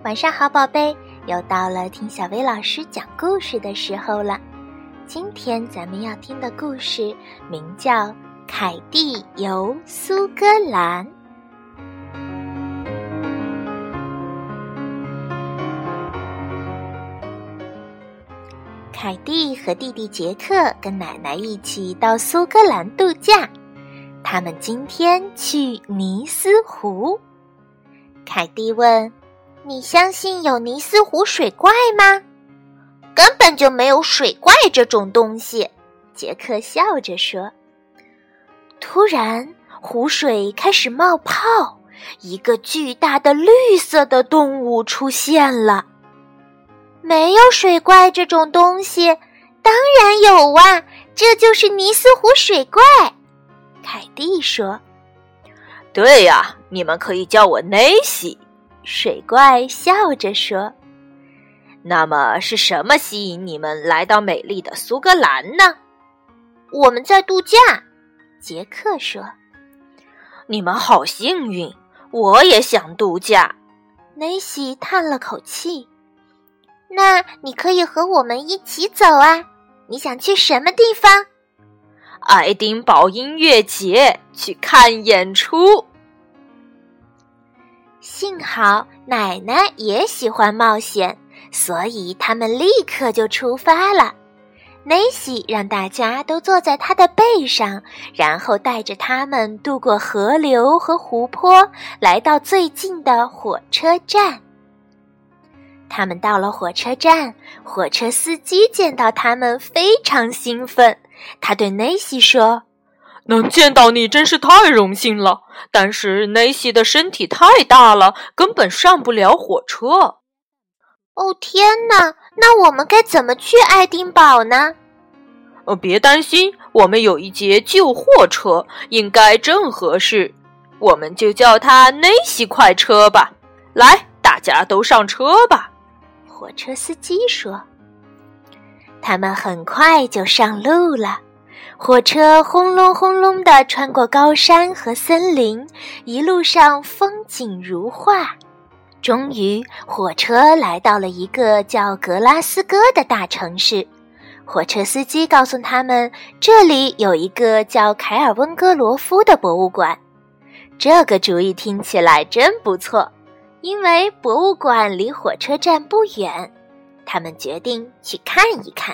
晚上好，宝贝，又到了听小薇老师讲故事的时候了。今天咱们要听的故事名叫《凯蒂游苏格兰》。凯蒂和弟弟杰克跟奶奶一起到苏格兰度假，他们今天去尼斯湖。凯蒂问：你相信有尼斯湖水怪吗？根本就没有水怪这种东西，杰克笑着说。突然湖水开始冒泡，一个巨大的绿色的动物出现了。没有水怪这种东西，当然有啊，这就是尼斯湖水怪，凯蒂说。 对呀，你们可以叫我内西， 水怪笑着说。 那么是什么吸引你们来到美丽的苏格兰呢？ 我们在度假，杰克说。 你们好幸运，我也想度假， 内西叹了口气。那你可以和我们一起走啊，你想去什么地方？ 爱丁堡音乐节，去看演出。 幸好奶奶也喜欢冒险，所以他们立刻就出发了。内西让大家都坐在他的背上，然后带着他们渡过河流和湖泊，来到最近的火车站。他们到了火车站，火车司机见到他们非常兴奋，他对内西说： 能见到你真是太荣幸了，但是内西的身体太大了，根本上不了火车。 哦天哪，那我们该怎么去爱丁堡呢？ 别担心，我们有一节旧货车，应该正合适，我们就叫它内西快车吧。来，大家都上车吧。 火车司机说。他们很快就上路了，火车轰隆轰隆地穿过高山和森林，一路上风景如画。终于，火车来到了一个叫格拉斯哥的大城市。火车司机告诉他们，这里有一个叫凯尔温格罗夫的博物馆。这个主意听起来真不错，因为博物馆离火车站不远，他们决定去看一看。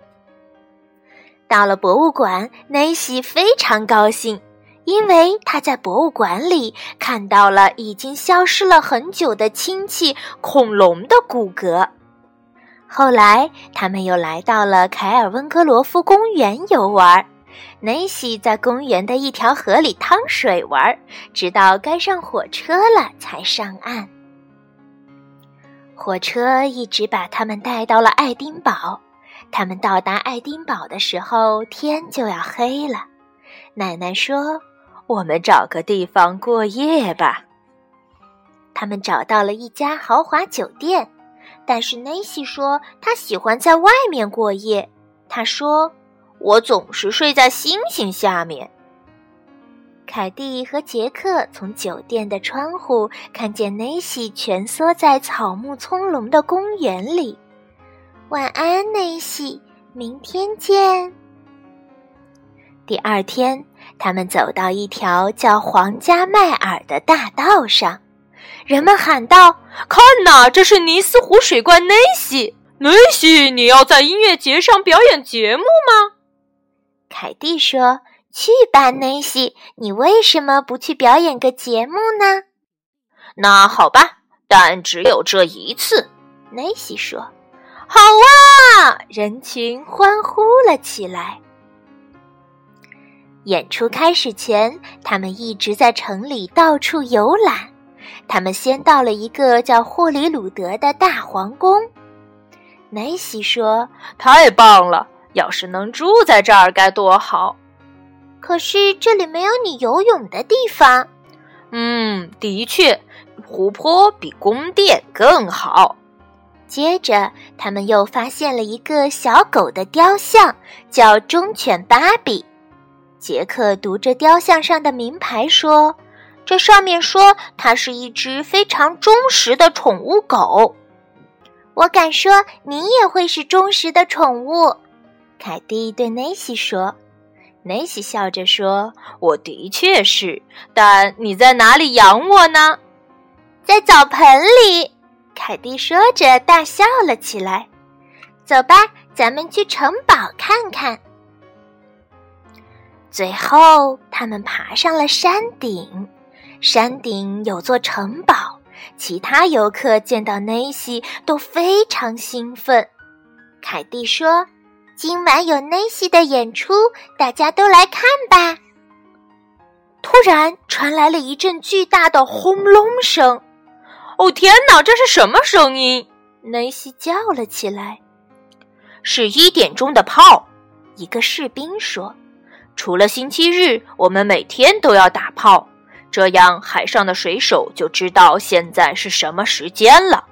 到了博物馆，内西非常高兴，因为他在博物馆里看到了已经消失了很久的亲戚恐龙的骨骼。后来他们又来到了凯尔温格罗夫公园游玩，内西在公园的一条河里趟水玩，直到该上火车了才上岸。火车一直把他们带到了爱丁堡，他们到达爱丁堡的时候，天就要黑了。奶奶说： 我们找个地方过夜吧。 他们找到了一家豪华酒店，但是内西说他喜欢在外面过夜。他说：我总是睡在星星下面。凯蒂和杰克从酒店的窗户看见内西蜷缩在草木葱茏的公园里。晚安，内西，明天见。第二天，他们走到一条叫皇家迈尔的大道上，人们喊道： 看哪，这是尼斯湖水怪内西。内西，你要在音乐节上表演节目吗？ 凯蒂说：去吧，内西，你为什么不去表演个节目呢？ 那好吧，但只有这一次， 内西说。好啊！人群欢呼了起来。演出开始前，他们一直在城里到处游览。他们先到了一个叫霍里鲁德的大皇宫。内西说： 太棒了，要是能住在这儿该多好。 可是这里没有你游泳的地方。 的确，湖泊比宫殿更好。 接着他们又发现了一个小狗的雕像，叫忠犬芭比。杰克读着雕像上的名牌说： 这上面说它是一只非常忠实的宠物狗。我敢说你也会是忠实的宠物，凯蒂对内西说。 内西笑着说，我的确是，但你在哪里养我呢？ 在澡盆里，凯蒂说着大笑了起来。走吧，咱们去城堡看看。最后他们爬上了山顶，山顶有座城堡，其他游客见到内西都非常兴奋。凯蒂说，今晚有内西的演出，大家都来看吧。突然传来了一阵巨大的轰隆声。 哦天哪，这是什么声音？ 内西叫了起来。 是1点钟的炮， 一个士兵说。 除了星期日，我们每天都要打炮，这样海上的水手就知道现在是什么时间了。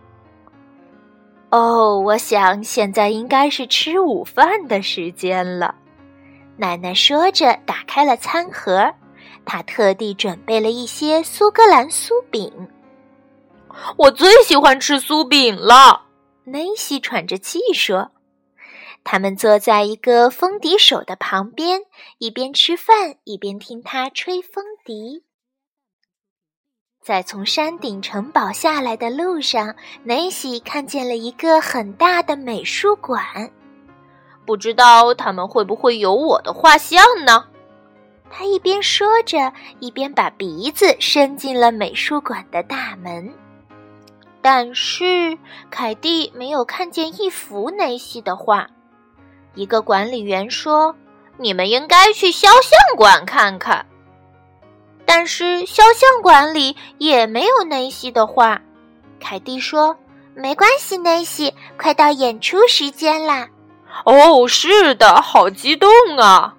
哦，我想现在应该是吃午饭的时间了。奶奶说着打开了餐盒，她特地准备了一些苏格兰酥饼。 我最喜欢吃酥饼了， 内西喘着气说。他们坐在一个风笛手的旁边，一边吃饭一边听他吹风笛。在从山顶城堡下来的路上，内西看见了一个很大的美术馆。 不知道他们会不会有我的画像呢？ 他一边说着，一边把鼻子伸进了美术馆的大门。但是凯蒂没有看见一幅内西的画。一个管理员说， 你们应该去肖像馆看看。 但是肖像馆里也没有内西的画。凯蒂说，没关系，内西，快到演出时间啦。 哦，是的，好激动啊。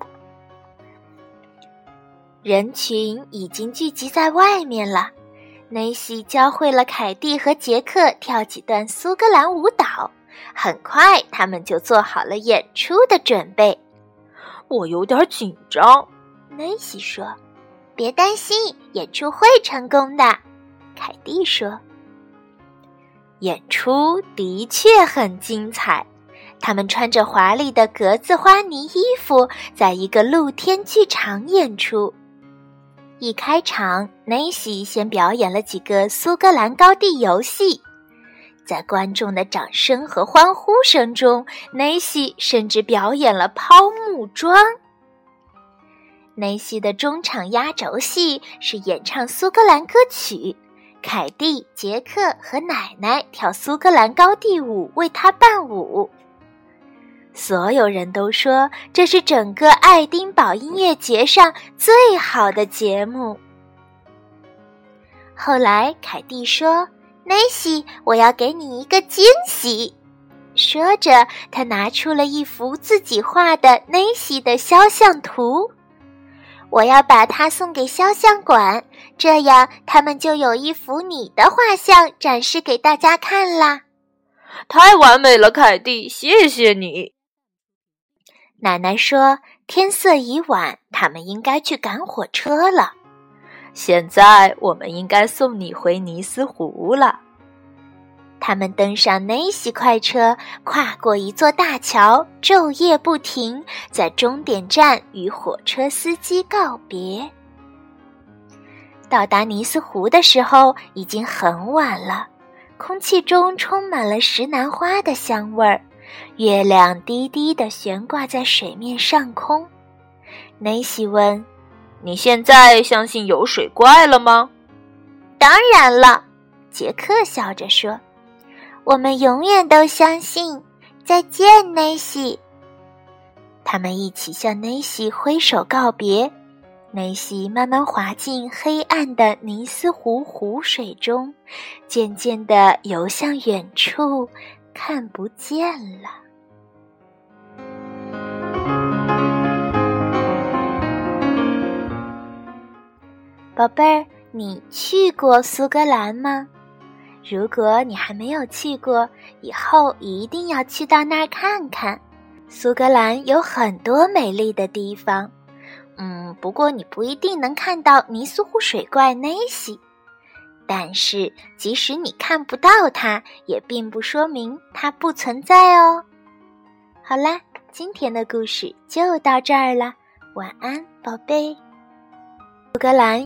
人群已经聚集在外面了。内西教会了凯蒂和杰克跳几段苏格兰舞蹈，很快他们就做好了演出的准备。 我有点紧张， 内西说。别担心，演出会成功的，凯蒂说。演出的确很精彩，他们穿着华丽的格子花呢衣服，在一个露天剧场演出。一开场，内西先表演了几个苏格兰高地游戏。在观众的掌声和欢呼声中，内西甚至表演了抛木桩。内西的中场压轴戏是演唱苏格兰歌曲，凯蒂、杰克和奶奶跳苏格兰高地舞为他伴舞。所有人都说这是整个爱丁堡音乐节上最好的节目。后来凯蒂说，内西，我要给你一个惊喜。说着，他拿出了一幅自己画的内西的肖像图。我要把它送给肖像馆，这样他们就有一幅你的画像展示给大家看啦。 太完美了，凯蒂，谢谢你。 奶奶说，天色已晚，他们应该去赶火车了。 现在我们应该送你回尼斯湖了。 他们登上内西快车，跨过一座大桥，昼夜不停，在终点站与火车司机告别。到达尼斯湖的时候，已经很晚了，空气中充满了石楠花的香味儿，月亮低低地悬挂在水面上空。内西问， 你现在相信有水怪了吗？ 当然了，杰克笑着说，我们永远都相信。再见，内西。他们一起向内西挥手告别。内西慢慢滑进黑暗的尼斯湖湖水中，渐渐地游向远处，看不见了。宝贝儿，你去过苏格兰吗？如果你还没有去过，以后一定要去到那儿看看。苏格兰有很多美丽的地方， 不过你不一定能看到尼斯湖水怪内西。但是即使你看不到它，也并不说明它不存在哦。好啦，今天的故事就到这儿了，晚安，宝贝。苏格兰